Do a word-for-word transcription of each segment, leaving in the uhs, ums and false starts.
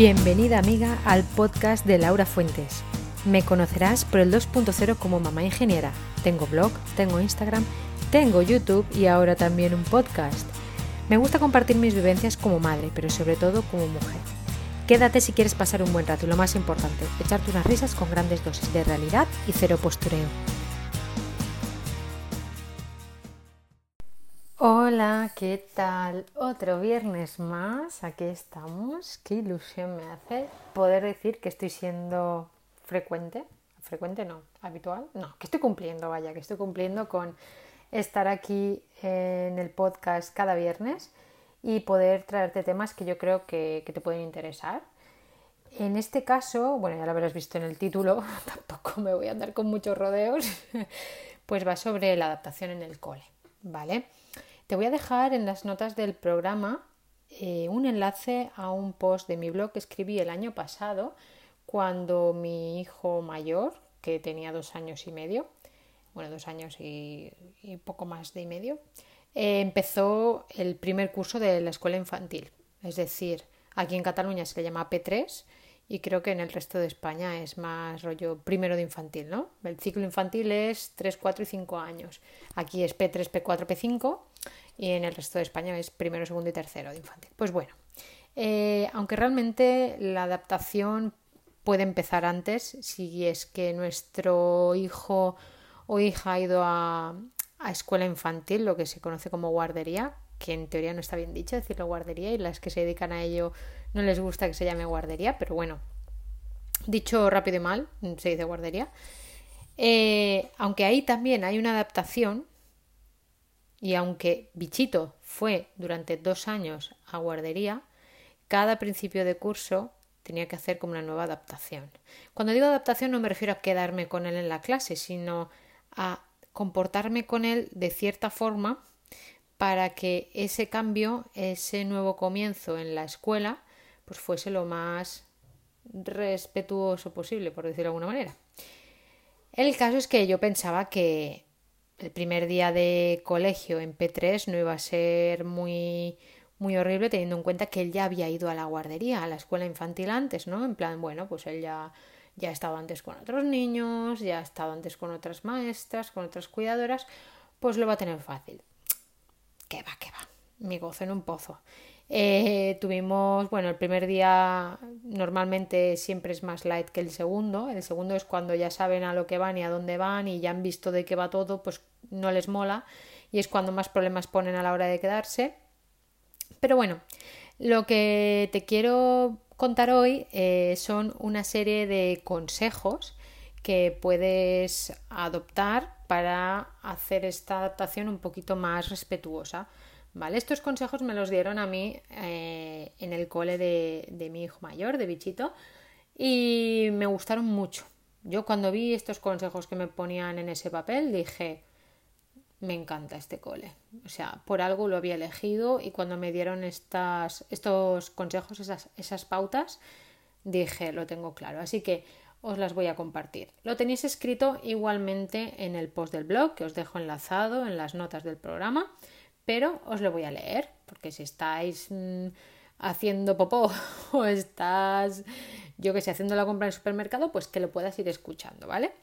Bienvenida amiga al podcast de Laura Fuentes. Me conocerás por el dos punto cero como mamá ingeniera. Tengo blog, tengo Instagram, tengo YouTube y ahora también un podcast. Me gusta compartir mis vivencias como madre, pero sobre todo como mujer. Quédate si quieres pasar un buen rato y lo más importante, echarte unas risas con grandes dosis de realidad y cero postureo. Hola, ¿qué tal? Otro viernes más, aquí estamos. Qué ilusión me hace poder decir que estoy siendo frecuente. Frecuente no, habitual. No, que estoy cumpliendo, vaya, que estoy cumpliendo con estar aquí en el podcast cada viernes y poder traerte temas que yo creo que, que te pueden interesar. En este caso, bueno, ya lo habrás visto en el título, tampoco me voy a andar con muchos rodeos, pues va sobre la adaptación en el cole, ¿vale? Te voy a dejar en las notas del programa eh, un enlace a un post de mi blog que escribí el año pasado cuando mi hijo mayor, que tenía dos años y medio, bueno, dos años y, y poco más de y medio, eh, empezó el primer curso de la escuela infantil. Es decir, aquí en Cataluña se le llama P tres y creo que en el resto de España es más rollo primero de infantil, ¿no? El ciclo infantil es tres, cuatro y cinco años. Aquí es P tres, P cuatro, P cinco y en el resto de España es primero, segundo y tercero de infantil. Pues bueno, eh, aunque realmente la adaptación puede empezar antes si es que nuestro hijo o hija ha ido a, a escuela infantil, lo que se conoce como guardería, que en teoría no está bien dicho decirlo guardería y las que se dedican a ello no les gusta que se llame guardería, pero bueno, dicho rápido y mal, se dice guardería. Eh, aunque ahí también hay una adaptación y aunque Bichito fue durante dos años a guardería, cada principio de curso tenía que hacer como una nueva adaptación. Cuando digo adaptación no me refiero a quedarme con él en la clase, sino a comportarme con él de cierta forma para que ese cambio, ese nuevo comienzo en la escuela, pues fuese lo más respetuoso posible, por decirlo de alguna manera. El caso es que yo pensaba que el primer día de colegio en P tres no iba a ser muy, muy horrible, teniendo en cuenta que él ya había ido a la guardería, a la escuela infantil antes, ¿no? En plan, bueno, pues él ya, ya ha estado antes con otros niños, ya ha estado antes con otras maestras, con otras cuidadoras, pues lo va a tener fácil. Que va, que va, mi gozo en un pozo. Eh, tuvimos, bueno, el primer día normalmente siempre es más light que el segundo. El segundo es cuando ya saben a lo que van y a dónde van y ya han visto de qué va todo, pues no les mola y es cuando más problemas ponen a la hora de quedarse. Pero bueno, lo que te quiero contar hoy eh, son una serie de consejos que puedes adoptar para hacer esta adaptación un poquito más respetuosa, ¿vale? Estos consejos me los dieron a mí eh, en el cole de, de mi hijo mayor, de Bichito, y me gustaron mucho. Yo cuando vi estos consejos que me ponían en ese papel dije, me encanta este cole. O sea, por algo lo había elegido y cuando me dieron estas, estos consejos, esas, esas pautas, dije, lo tengo claro. Así que os las voy a compartir. Lo tenéis escrito igualmente en el post del blog, que os dejo enlazado en las notas del programa, pero os lo voy a leer, porque si estáis mmm, haciendo popó o estás, yo que sé, haciendo la compra en el supermercado, pues que lo puedas ir escuchando, ¿vale?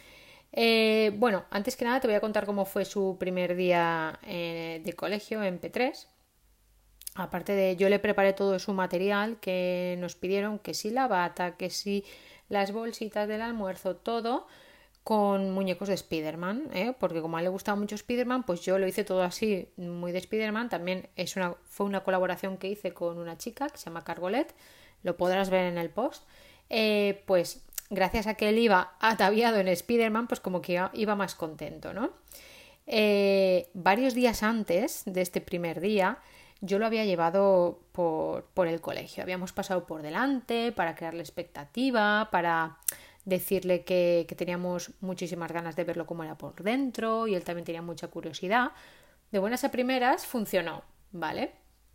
Eh, bueno, antes que nada te voy a contar cómo fue su primer día eh, de colegio en P tres. Aparte de, yo le preparé todo su material que nos pidieron, que si la bata, que si las bolsitas del almuerzo, todo con muñecos de Spiderman, ¿eh? Porque como a él le gustaba mucho Spiderman, pues yo lo hice todo así, muy de Spiderman. También es una, fue una colaboración que hice con una chica que se llama Cargolet, lo podrás ver en el post. Eh, pues gracias a que él iba ataviado en Spiderman, pues como que iba, iba más contento, ¿no? Eh, varios días antes de este primer día, yo lo había llevado por, por el colegio. Habíamos pasado por delante para crearle expectativa, para decirle que, que teníamos muchísimas ganas de verlo cómo era por dentro y él también tenía mucha curiosidad. De buenas a primeras funcionó, ¿vale?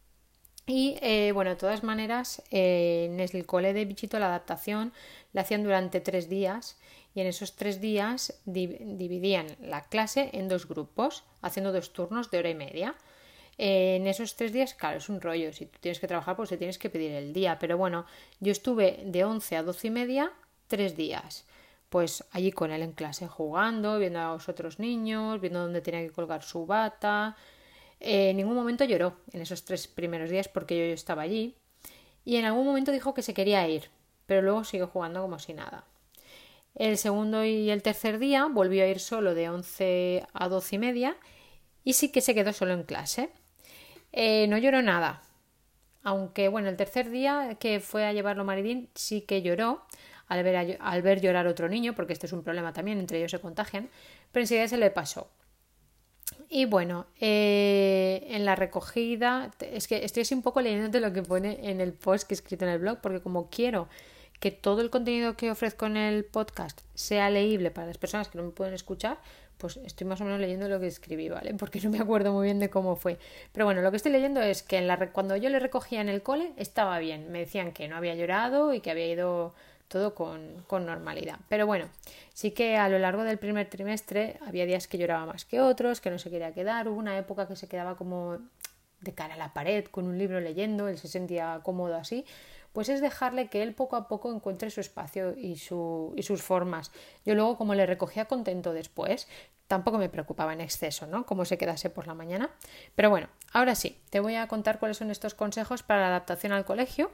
Y eh, bueno, de todas maneras, eh, en el cole de Bichito la adaptación la hacían durante tres días y en esos tres días div- dividían la clase en dos grupos, haciendo dos turnos de hora y media. Eh, en esos tres días, claro, es un rollo. Si tú tienes que trabajar, pues te tienes que pedir el día. Pero bueno, yo estuve de once a doce y media, tres días. Pues allí con él en clase, jugando, viendo a los otros niños, viendo dónde tenía que colgar su bata. Eh, en ningún momento lloró en esos tres primeros días porque yo, yo estaba allí. Y en algún momento dijo que se quería ir, pero luego siguió jugando como si nada. El segundo y el tercer día volvió a ir solo de once a doce y media y sí que se quedó solo en clase. Eh, no lloró nada, aunque bueno, el tercer día que fue a llevarlo Maridín sí que lloró al ver, a, al ver llorar otro niño, porque este es un problema también, entre ellos se contagian, pero enseguida se le pasó. Y bueno, eh, en la recogida, es que estoy así un poco leyéndote lo que pone en el post que he escrito en el blog, porque como quiero que todo el contenido que ofrezco en el podcast sea leíble para las personas que no me pueden escuchar, pues estoy más o menos leyendo lo que escribí, ¿vale? Porque no me acuerdo muy bien de cómo fue. Pero bueno, lo que estoy leyendo es que en la, cuando yo le recogía en el cole estaba bien. Me decían que no había llorado y que había ido todo con, con normalidad. Pero bueno, sí que a lo largo del primer trimestre había días que lloraba más que otros, que no se quería quedar. Hubo una época que se quedaba como de cara a la pared con un libro leyendo, él se sentía cómodo así. Pues es dejarle que él poco a poco encuentre su espacio y, su, y sus formas. Yo luego, como le recogía contento después, tampoco me preocupaba en exceso, ¿no? Cómo se quedase por la mañana. Pero bueno, ahora sí, te voy a contar cuáles son estos consejos para la adaptación al colegio.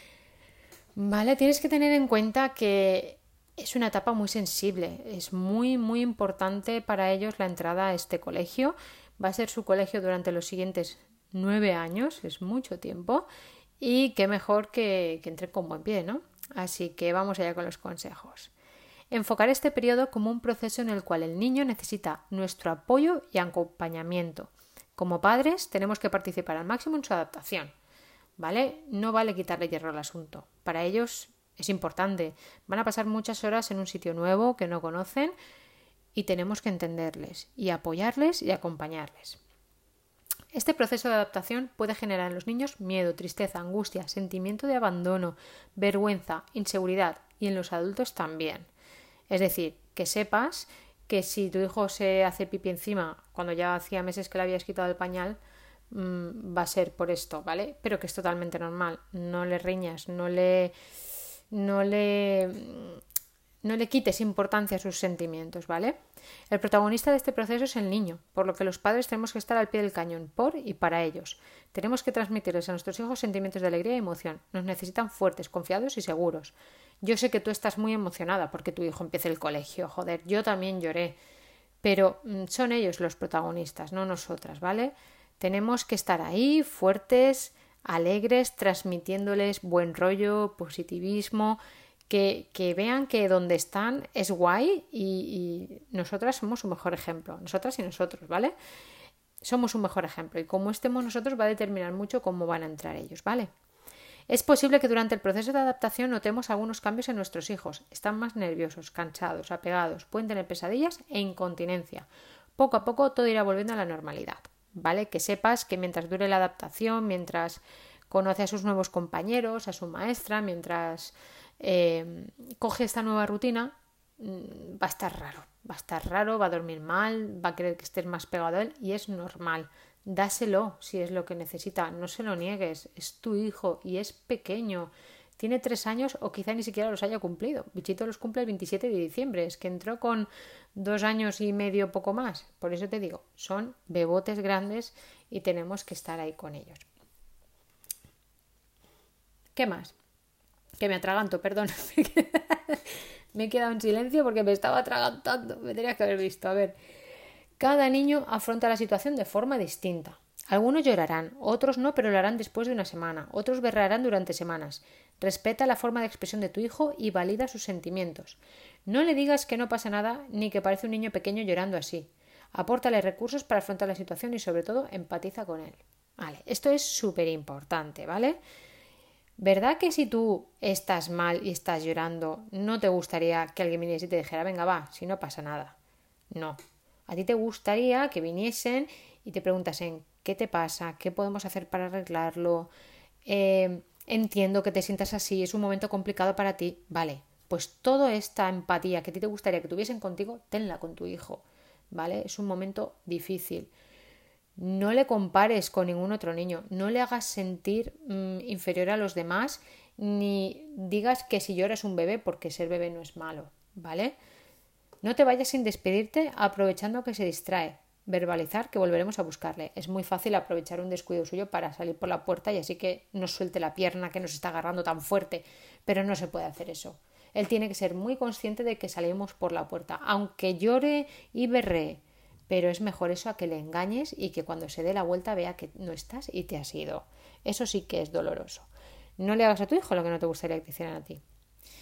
Vale, tienes que tener en cuenta que es una etapa muy sensible. Es muy, muy importante para ellos la entrada a este colegio. Va a ser su colegio durante los siguientes nueve años, es mucho tiempo. Y qué mejor que, que entre con buen pie, ¿no? Así que vamos allá con los consejos. Enfocar este periodo como un proceso en el cual el niño necesita nuestro apoyo y acompañamiento. Como padres tenemos que participar al máximo en su adaptación, ¿vale? No vale quitarle hierro al asunto. Para ellos es importante. Van a pasar muchas horas en un sitio nuevo que no conocen y tenemos que entenderles y apoyarles y acompañarles. Este proceso de adaptación puede generar en los niños miedo, tristeza, angustia, sentimiento de abandono, vergüenza, inseguridad y en los adultos también. Es decir, que sepas que si tu hijo se hace pipí encima cuando ya hacía meses que le habías quitado el pañal, mmm, va a ser por esto, ¿vale? Pero que es totalmente normal. No le riñas, no le... no le... no le quites importancia a sus sentimientos, ¿vale? El protagonista de este proceso es el niño, por lo que los padres tenemos que estar al pie del cañón por y para ellos. Tenemos que transmitirles a nuestros hijos sentimientos de alegría y emoción. Nos necesitan fuertes, confiados y seguros. Yo sé que tú estás muy emocionada porque tu hijo empiece el colegio, joder, yo también lloré, pero son ellos los protagonistas, no nosotras, ¿vale? Tenemos que estar ahí, fuertes, alegres, transmitiéndoles buen rollo, positivismo, que, que vean que donde están es guay y, y nosotras somos su mejor ejemplo, nosotras y nosotros, ¿vale? Somos un mejor ejemplo y como estemos nosotros va a determinar mucho cómo van a entrar ellos, ¿vale? Es posible que durante el proceso de adaptación notemos algunos cambios en nuestros hijos. Están más nerviosos, cansados, apegados, pueden tener pesadillas e incontinencia. Poco a poco todo irá volviendo a la normalidad, ¿vale? Que sepas que mientras dure la adaptación, mientras conoce a sus nuevos compañeros, a su maestra, mientras eh, coge esta nueva rutina, va a estar raro. Va a estar raro, va a dormir mal, va a querer que estés más pegado a él y es normal. Dáselo si es lo que necesita, no se lo niegues, es tu hijo y es pequeño, tiene tres años o quizá ni siquiera los haya cumplido. Bichito los cumple el veintisiete de diciembre, es que entró con dos años y medio poco más. Por eso te digo, son bebotes grandes y tenemos que estar ahí con ellos. ¿Qué más? Que me atraganto, perdón. Me he quedado en silencio porque me estaba atragantando, me tenías que haber visto. A ver, cada niño afronta la situación de forma distinta. Algunos llorarán, otros no, pero lo harán después de una semana, otros berrarán durante semanas. Respeta la forma de expresión de tu hijo y valida sus sentimientos. No le digas que no pasa nada ni que parece un niño pequeño llorando así. Apórtale recursos para afrontar la situación y sobre todo empatiza con él. Vale, esto es súper importante, ¿vale? ¿Verdad que si tú estás mal y estás llorando, no te gustaría que alguien viniese y te dijera, venga, va, si no pasa nada? No. A ti te gustaría que viniesen y te preguntasen, ¿qué te pasa? ¿Qué podemos hacer para arreglarlo? Eh, entiendo que te sientas así, es un momento complicado para ti. Vale, pues toda esta empatía que a ti te gustaría que tuviesen contigo, tenla con tu hijo, ¿vale? Es un momento difícil. No le compares con ningún otro niño, no le hagas sentir mmm, inferior a los demás, ni digas que si llora es un bebé, porque ser bebé no es malo, ¿vale? No te vayas sin despedirte aprovechando que se distrae. Verbalizar que volveremos a buscarle. Es muy fácil aprovechar un descuido suyo para salir por la puerta y así que nos suelte la pierna que nos está agarrando tan fuerte, pero no se puede hacer eso. Él tiene que ser muy consciente de que salimos por la puerta, aunque llore y berree, pero es mejor eso a que le engañes y que cuando se dé la vuelta vea que no estás y te has ido. Eso sí que es doloroso. No le hagas a tu hijo lo que no te gustaría que te hicieran a ti.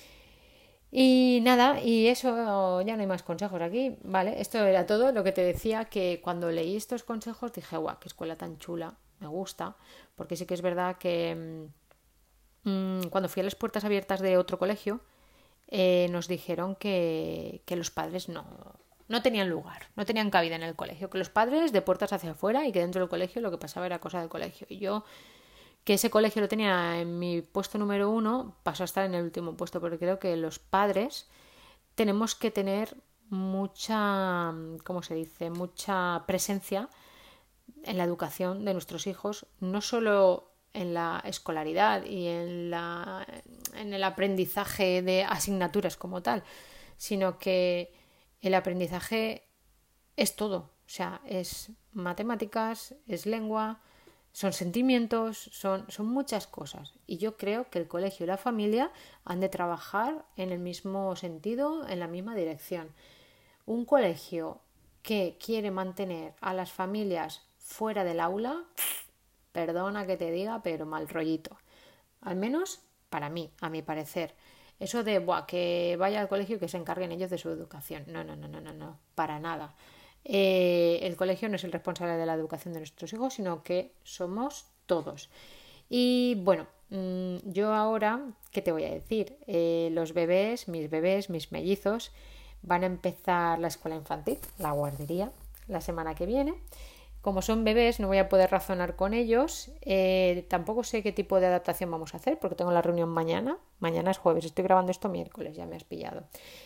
Y nada, y eso, ya no hay más consejos aquí, ¿vale? Esto era todo lo que te decía, que cuando leí estos consejos dije, guau, qué escuela tan chula, me gusta, porque sí que es verdad que mmm, cuando fui a las puertas abiertas de otro colegio, eh, nos dijeron que, que los padres no, no tenían lugar, no tenían cabida en el colegio, que los padres de puertas hacia afuera y que dentro del colegio lo que pasaba era cosa del colegio. Y yo, que ese colegio lo tenía en mi puesto número uno, pasó a estar en el último puesto, porque creo que los padres tenemos que tener mucha, ¿cómo se dice?, mucha presencia en la educación de nuestros hijos, no solo en la escolaridad y en, la, en el aprendizaje de asignaturas como tal, sino que el aprendizaje es todo, o sea, es matemáticas, es lengua, son sentimientos, son, son muchas cosas. Y yo creo que el colegio y la familia han de trabajar en el mismo sentido, en la misma dirección. Un colegio que quiere mantener a las familias fuera del aula, perdona que te diga, pero mal rollito. Al menos para mí, a mi parecer. Eso de buah, que vaya al colegio y que se encarguen ellos de su educación. No, no, no, no, no, no, para nada. Eh, el colegio no es el responsable de la educación de nuestros hijos, sino que somos todos. Y bueno, mmm, yo ahora, ¿qué te voy a decir? Eh, los bebés, mis bebés, mis mellizos, van a empezar la escuela infantil, la guardería, la semana que viene. Como son bebés, no voy a poder razonar con ellos. Eh, tampoco sé qué tipo de adaptación vamos a hacer, porque tengo la reunión mañana. Mañana es jueves, estoy grabando esto miércoles, ya me has pillado.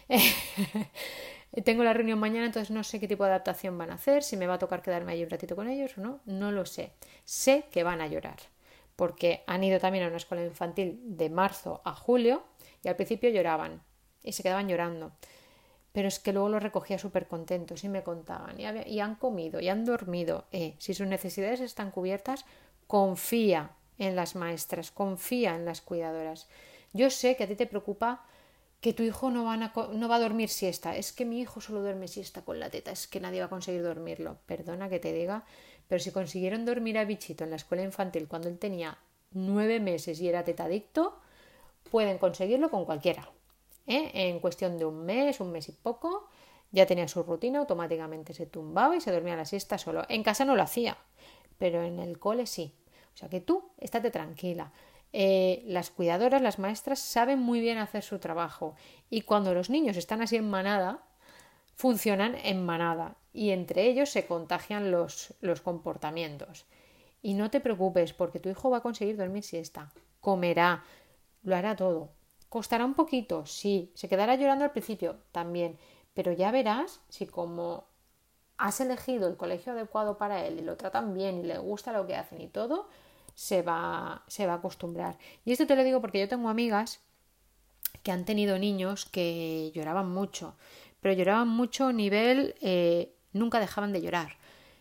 Tengo la reunión mañana, entonces no sé qué tipo de adaptación van a hacer, si me va a tocar quedarme allí un ratito con ellos o no, no lo sé. Sé que van a llorar, porque han ido también a una escuela infantil de marzo a julio y al principio lloraban y se quedaban llorando. Pero es que luego los recogía súper contentos y me contaban y, había, y han comido y han dormido. Eh, si sus necesidades están cubiertas, confía en las maestras, confía en las cuidadoras. Yo sé que a ti te preocupa que tu hijo no, van a, no va a dormir siesta. Es que mi hijo solo duerme siesta con la teta, es que nadie va a conseguir dormirlo. Perdona que te diga, pero si consiguieron dormir a Bichito en la escuela infantil cuando él tenía nueve meses y era tetadicto, pueden conseguirlo con cualquiera. ¿Eh? En cuestión de un mes, un mes y poco, ya tenía su rutina, automáticamente se tumbaba y se dormía la siesta solo. En casa no lo hacía, pero en el cole sí. O sea que tú, estate tranquila. Eh, las cuidadoras, las maestras saben muy bien hacer su trabajo y cuando los niños están así en manada, funcionan en manada y entre ellos se contagian los, los comportamientos. Y no te preocupes porque tu hijo va a conseguir dormir siesta, comerá, lo hará todo. ¿Costará un poquito? Sí. ¿Se quedará llorando al principio? También. Pero ya verás si como has elegido el colegio adecuado para él y lo tratan bien y le gusta lo que hacen y todo, se va, se va a acostumbrar. Y esto te lo digo porque yo tengo amigas que han tenido niños que lloraban mucho, pero lloraban mucho a nivel eh, nunca dejaban de llorar.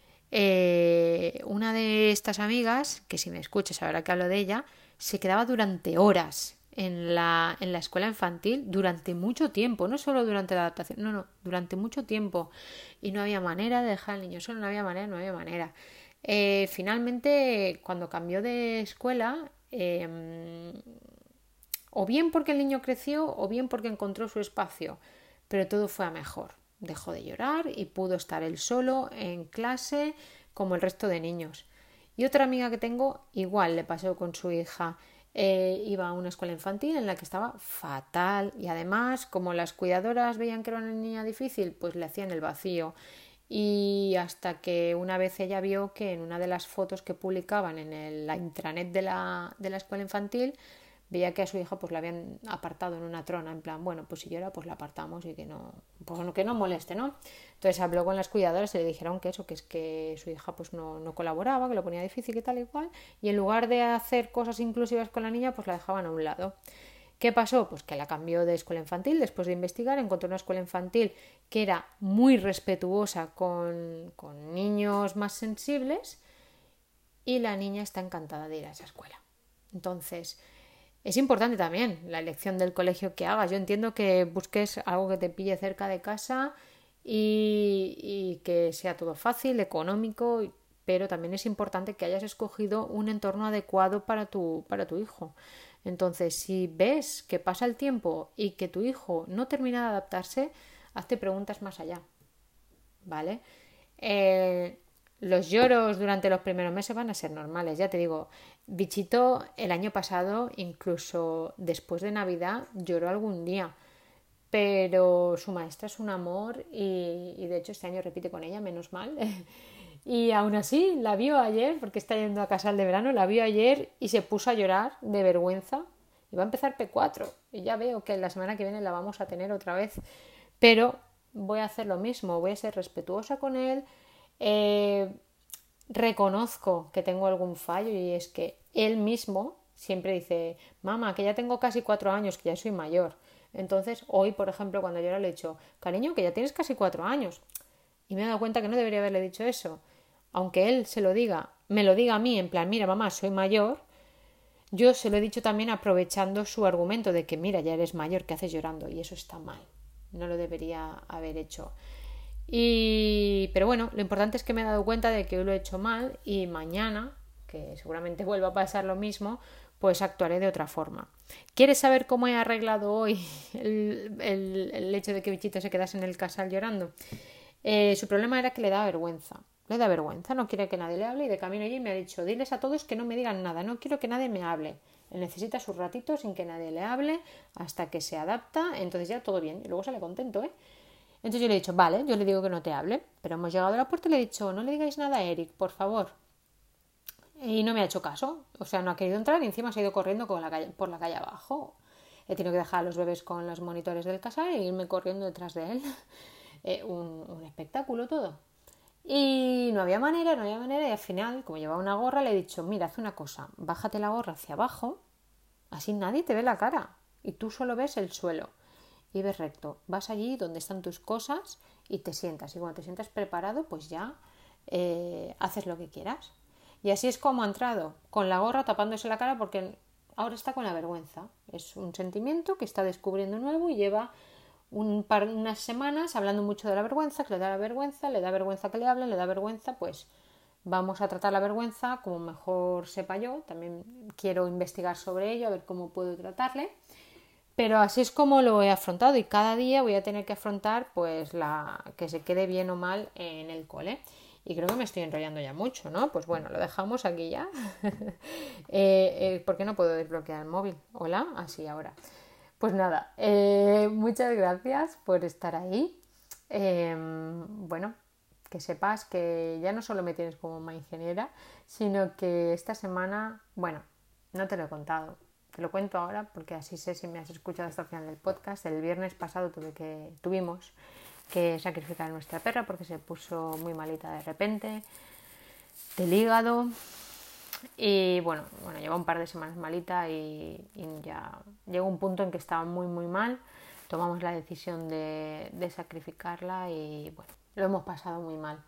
Eh, una de estas amigas, que si me escuchas ahora que hablo de ella, se quedaba durante horas en la, en la escuela infantil durante mucho tiempo, no solo durante la adaptación, no, no, durante mucho tiempo y no había manera de dejar al niño solo, no había manera, no había manera. Eh, finalmente, cuando cambió de escuela, eh, o bien porque el niño creció o bien porque encontró su espacio, pero todo fue a mejor. Dejó de llorar y pudo estar él solo en clase como el resto de niños. Y otra amiga que tengo, igual le pasó con su hija. Eh, iba a una escuela infantil en la que estaba fatal y además como las cuidadoras veían que era una niña difícil, pues le hacían el vacío y hasta que una vez ella vio que en una de las fotos que publicaban en el, la intranet de la, de la escuela infantil veía que a su hija pues la habían apartado en una trona, en plan, bueno, pues si llora pues la apartamos y que no, pues que no moleste, ¿no? Entonces habló con las cuidadoras y le dijeron que eso, que es que su hija pues no, no colaboraba, que lo ponía difícil y tal y cual, y en lugar de hacer cosas inclusivas con la niña, pues la dejaban a un lado. ¿Qué pasó? Pues que la cambió de escuela infantil. Después de investigar, encontró una escuela infantil que era muy respetuosa con, con niños más sensibles y la niña está encantada de ir a esa escuela. Entonces, es importante también la elección del colegio que hagas. Yo entiendo que busques algo que te pille cerca de casa y, y que sea todo fácil, económico, pero también es importante que hayas escogido un entorno adecuado para tu, para tu hijo. Entonces, si ves que pasa el tiempo y que tu hijo no termina de adaptarse, hazte preguntas más allá, ¿vale? Eh, los lloros durante los primeros meses van a ser normales, ya te digo. Bichito el año pasado, incluso después de Navidad, lloró algún día, pero su maestra es un amor y, y de hecho este año repite con ella, menos mal. Y aún así la vio ayer, porque está yendo a casal de verano, la vio ayer y se puso a llorar de vergüenza. Y va a empezar P cuatro. Y ya veo que la semana que viene la vamos a tener otra vez. Pero voy a hacer lo mismo, voy a ser respetuosa con él. Eh, reconozco que tengo algún fallo y es que él mismo siempre dice, mamá, que ya tengo casi cuatro años, que ya soy mayor. Entonces hoy, por ejemplo, cuando yo le he dicho, cariño, que ya tienes casi cuatro años. Y me he dado cuenta que no debería haberle dicho eso. Aunque él se lo diga, me lo diga a mí, en plan, mira, mamá, soy mayor, yo se lo he dicho también aprovechando su argumento de que, mira, ya eres mayor, ¿qué haces llorando? Y eso está mal. No lo debería haber hecho. Y... Pero bueno, lo importante es que me he dado cuenta de que hoy lo he hecho mal y mañana, que seguramente vuelva a pasar lo mismo, pues actuaré de otra forma. ¿Quieres saber cómo he arreglado hoy el, el, el hecho de que Bichito se quedase en el casal llorando? Eh, su problema era que le da vergüenza. Le da vergüenza, no quiere que nadie le hable y de camino allí me ha dicho, diles a todos que no me digan nada, no quiero que nadie me hable. Él necesita su ratito sin que nadie le hable hasta que se adapta, entonces ya todo bien y luego sale contento, ¿eh? Entonces yo le he dicho, vale, yo le digo que no te hable, pero hemos llegado a la puerta y le he dicho, no le digáis nada a Eric, por favor. Y no me ha hecho caso, o sea, no ha querido entrar y encima se ha ido corriendo con la calle, por la calle abajo. He tenido que dejar a los bebés con los monitores del casal e irme corriendo detrás de él. Eh, un, un espectáculo todo. Y no había manera, no había manera y al final, como llevaba una gorra, le he dicho, mira, haz una cosa, bájate la gorra hacia abajo, así nadie te ve la cara y tú solo ves el suelo y ves recto. Vas allí donde están tus cosas y te sientas y cuando te sientas preparado, pues ya eh, haces lo que quieras. Y así es como ha entrado, con la gorra tapándose la cara porque ahora está con la vergüenza. Es un sentimiento que está descubriendo nuevo y lleva un par, unas semanas hablando mucho de la vergüenza, que le da la vergüenza, le da vergüenza que le hablen, le da vergüenza, pues vamos a tratar la vergüenza como mejor sepa yo. También quiero investigar sobre ello, a ver cómo puedo tratarle. Pero así es como lo he afrontado y cada día voy a tener que afrontar pues la que se quede bien o mal en el cole. Y creo que me estoy enrollando ya mucho, ¿no? Pues bueno, lo dejamos aquí ya. eh, eh, ¿Por qué no puedo desbloquear el móvil? Hola, así ahora. Pues nada, eh, muchas gracias por estar ahí. Eh, bueno, que sepas que ya no solo me tienes como ma ingeniera, sino que esta semana, bueno, no te lo he contado, te lo cuento ahora porque así sé si me has escuchado hasta el final del podcast. El viernes pasado tuve que, tuvimos que sacrificar a nuestra perra porque se puso muy malita de repente, del hígado. Y bueno, bueno, lleva un par de semanas malita y, y ya llegó un punto en que estaba muy muy mal. Tomamos la decisión de, de sacrificarla y bueno, lo hemos pasado muy mal.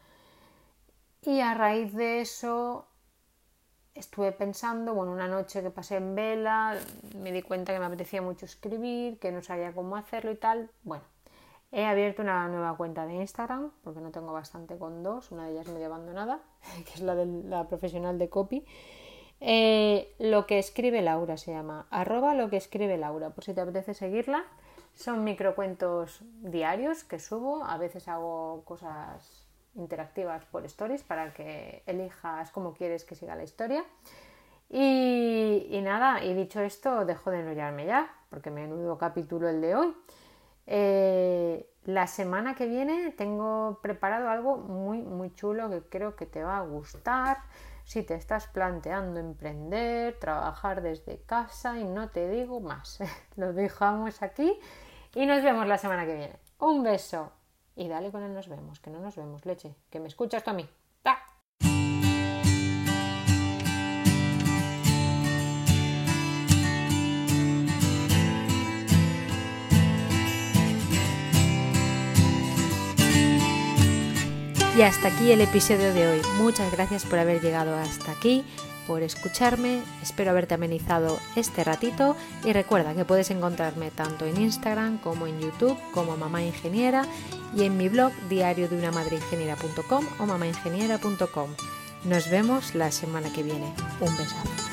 Y a raíz de eso estuve pensando, bueno, una noche que pasé en vela, me di cuenta que me apetecía mucho escribir, que no sabía cómo hacerlo y tal. Bueno, he abierto una nueva cuenta de Instagram, porque no tengo bastante con dos, una de ellas medio abandonada, que es la de la profesional de copy. Eh, lo que escribe Laura se llama, arroba lo que escribe Laura, por si te apetece seguirla. Son microcuentos diarios que subo, a veces hago cosas interactivas por stories para que elijas cómo quieres que siga la historia. Y, y nada, y dicho esto, dejo de enrollarme ya, porque menudo capítulo el de hoy. Eh, la semana que viene tengo preparado algo muy muy chulo que creo que te va a gustar. si te estás planteando emprender, trabajar desde casa y no te digo más. Lo dejamos aquí y nos vemos la semana que viene. Un beso y dale con el nos vemos, que no nos vemos, leche, que me escuchas tú a mí. ¡Ah! Y hasta aquí el episodio de hoy. Muchas gracias por haber llegado hasta aquí, por escucharme. Espero haberte amenizado este ratito y recuerda que puedes encontrarme tanto en Instagram como en YouTube como Mamá Ingeniera y en mi blog diario de una madre ingeniera punto com o mamaingeniera punto com. Nos vemos la semana que viene. Un besazo.